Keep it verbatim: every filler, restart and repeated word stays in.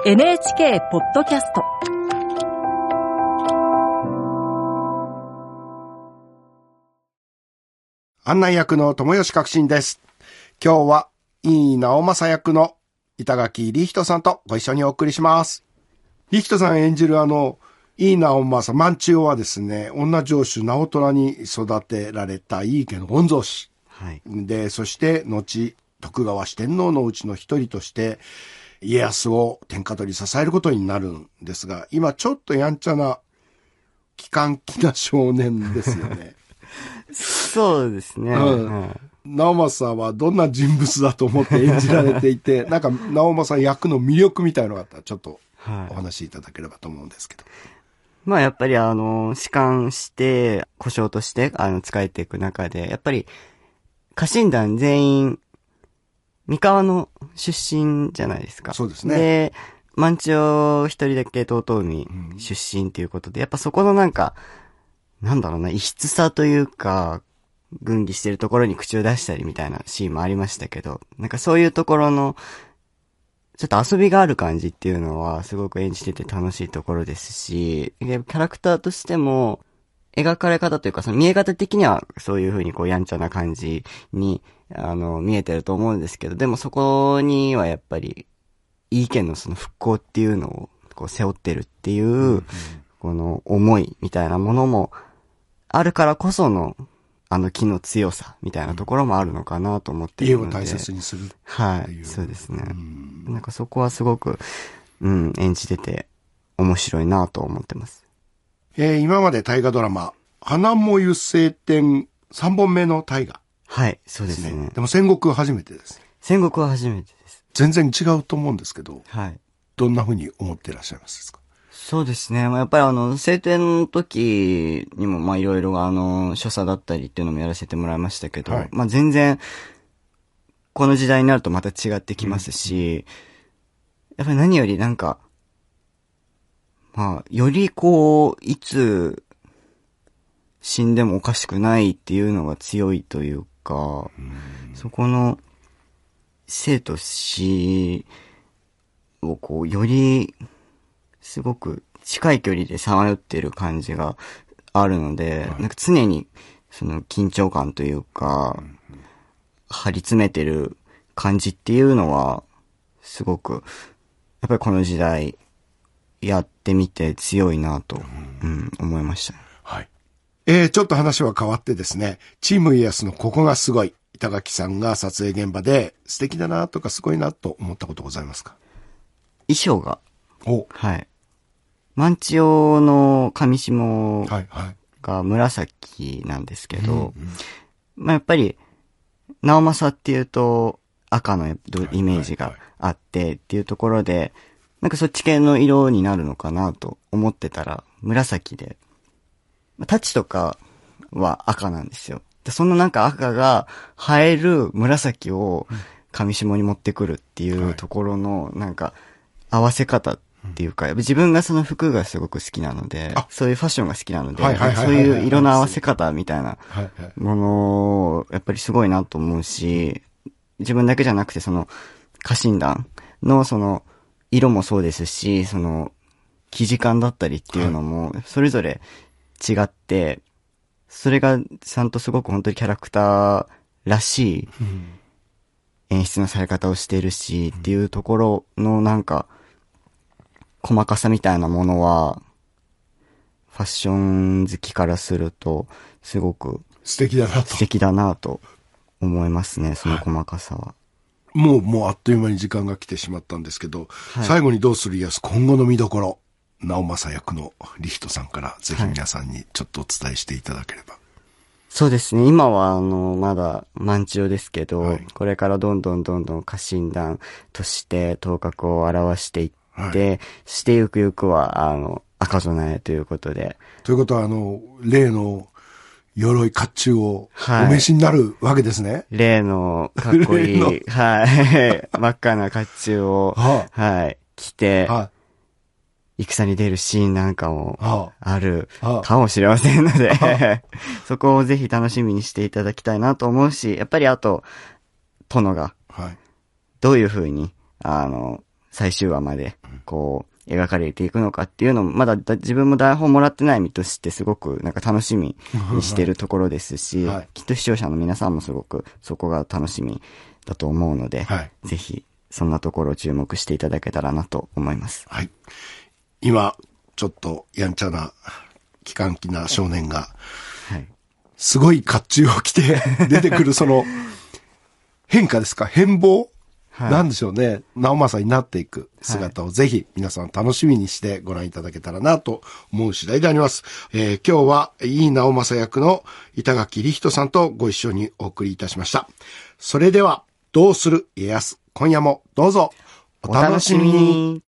エヌエイチケー ポッドキャスト案内役の友吉革新です。今日は井伊直政役の板垣李仁さんとご一緒にお送りします。李仁さん演じるあの井伊直政万千代はですね、女城主直虎に育てられた井伊家の御曹司、はい、でそして後徳川四天王のうちの一人として家康を天下取り支えることになるんですが、今ちょっとやんちゃな機関気な少年ですよね。 そうですね。うんうん、直政はどんな人物だと思って演じられていて、なんか直政役の魅力みたいなのがあったらちょっとお話しいただければと思うんですけど。はい、 まあやっぱりあの、仕官して、小姓としてあの、仕えていく中で、やっぱり家臣団全員、三河の出身じゃないですか。 そうですね。 で、万千代一人だけ遠江出身ということで、うん、やっぱそこのなんか、なんだろうな、異質さというか、軍議してるところに口を出したりみたいなシーンもありましたけど、なんかそういうところの、ちょっと遊びがある感じっていうのはすごく演じてて楽しいところですし、キャラクターとしても、描かれ方というか、その見え方的にはそういう風にこうやんちゃな感じに、あの、見えてると思うんですけど、でもそこにはやっぱり、井伊家のその復興っていうのをこう背負ってるっていう、うんうん、この思いみたいなものもあるからこその、あの木の強さみたいなところもあるのかなと思っているので。 家を大切にする。 はい。そうですね。んなんかそこはすごく、うん、演じてて面白いなと思ってます。 えー、今まで大河ドラマ、花もゆ青天さんぼんめの大河。 はい、そうですね。 でも戦国は初めてです。 戦国は初めてです。 全然違うと思うんですけど、 はい。 どんな風に思っていらっしゃいますか？ そうですね。やっぱりあの、青天の時にもまあいろいろあの、所作だったりっていうのもやらせてもらいましたけど、はい、まあ全然、この時代になるとまた違ってきますし、うん、やっぱり何よりなんか、まあ、よりこう、いつ、死んでもおかしくないっていうのが強いというか、うん、そこの、生と死をこう、より、すごく近い距離でさまよっている感じがあるので、はい、なんか常にその緊張感というか、うん、張り詰めてる感じっていうのは、すごく、やっぱりこの時代、やってみて強いなと、うんうん、思いました。 はい。えー、ちょっと話は変わってですね、チーム家康のここがすごい、板垣さんが撮影現場で素敵だなとかすごいなと思ったことございますか？ 衣装が。 おはい。万千代の上下が紫なんですけど、はいはい、まあやっぱり、直政っていうと赤のイメージがあってっていうところで、なんかそっち系の色になるのかなと思ってたら、紫で。タッチとかは赤なんですよ。でそのなんか赤が映える紫を上下に持ってくるっていうところのなんか合わせ方っていうか、自分がその服がすごく好きなので、そういうファッションが好きなので、そういう色の合わせ方みたいなものをやっぱりすごいなと思うし、自分だけじゃなくてその家臣団のその色もそうですし、その生地感だったりっていうのもそれぞれ違って、それがちゃんとすごく本当にキャラクターらしい演出のされ方をしているしっていうところのなんか細かさみたいなものはファッション好きからするとすごく素敵だなと素敵だなと思いますね、その細かさは。 もう、もうあっという間に時間が来てしまったんですけど、はい、最後にどうする家康、今後の見どころ、直政役の李仁さんからぜひ皆さんにちょっとお伝えしていただければ。はい、 そうですね。今は、あの、まだ満潮ですけど、はい、これからどんどんどんどん家臣団として頭角を現していって、はい、してゆくゆくは、あの、赤備えということで。 ということは、あの、例の、鎧甲冑をお召しになるわけですね。はい、 例のかっこいい、はい、真っ赤な甲冑を、はあ、はい、着て、はあ、戦に出るシーンなんかもあるかもしれませんので、はあ、そこをぜひ楽しみにしていただきたいなと思うし、やっぱりあと、殿が、どういう風に、あの、最終話までこう、描かれていくのかっていうのも、まだだ自分も台本もらってない身としてすごくなんか楽しみにしてるところですし、はい、きっと視聴者の皆さんもすごくそこが楽しみだと思うので、はい、ぜひそんなところを注目していただけたらなと思います。 はい。今、ちょっとやんちゃな、機関機な少年が、はい、すごい甲冑を着て出てくるその変化ですか、変貌はい、なんでしょうね。直政になっていく姿をぜひ皆さん楽しみにしてご覧いただけたらなと思う次第であります。えー、今日は井伊直政役の板垣李光人さんとご一緒にお送りいたしました。それでは、どうする家康。今夜もどうぞお楽しみに。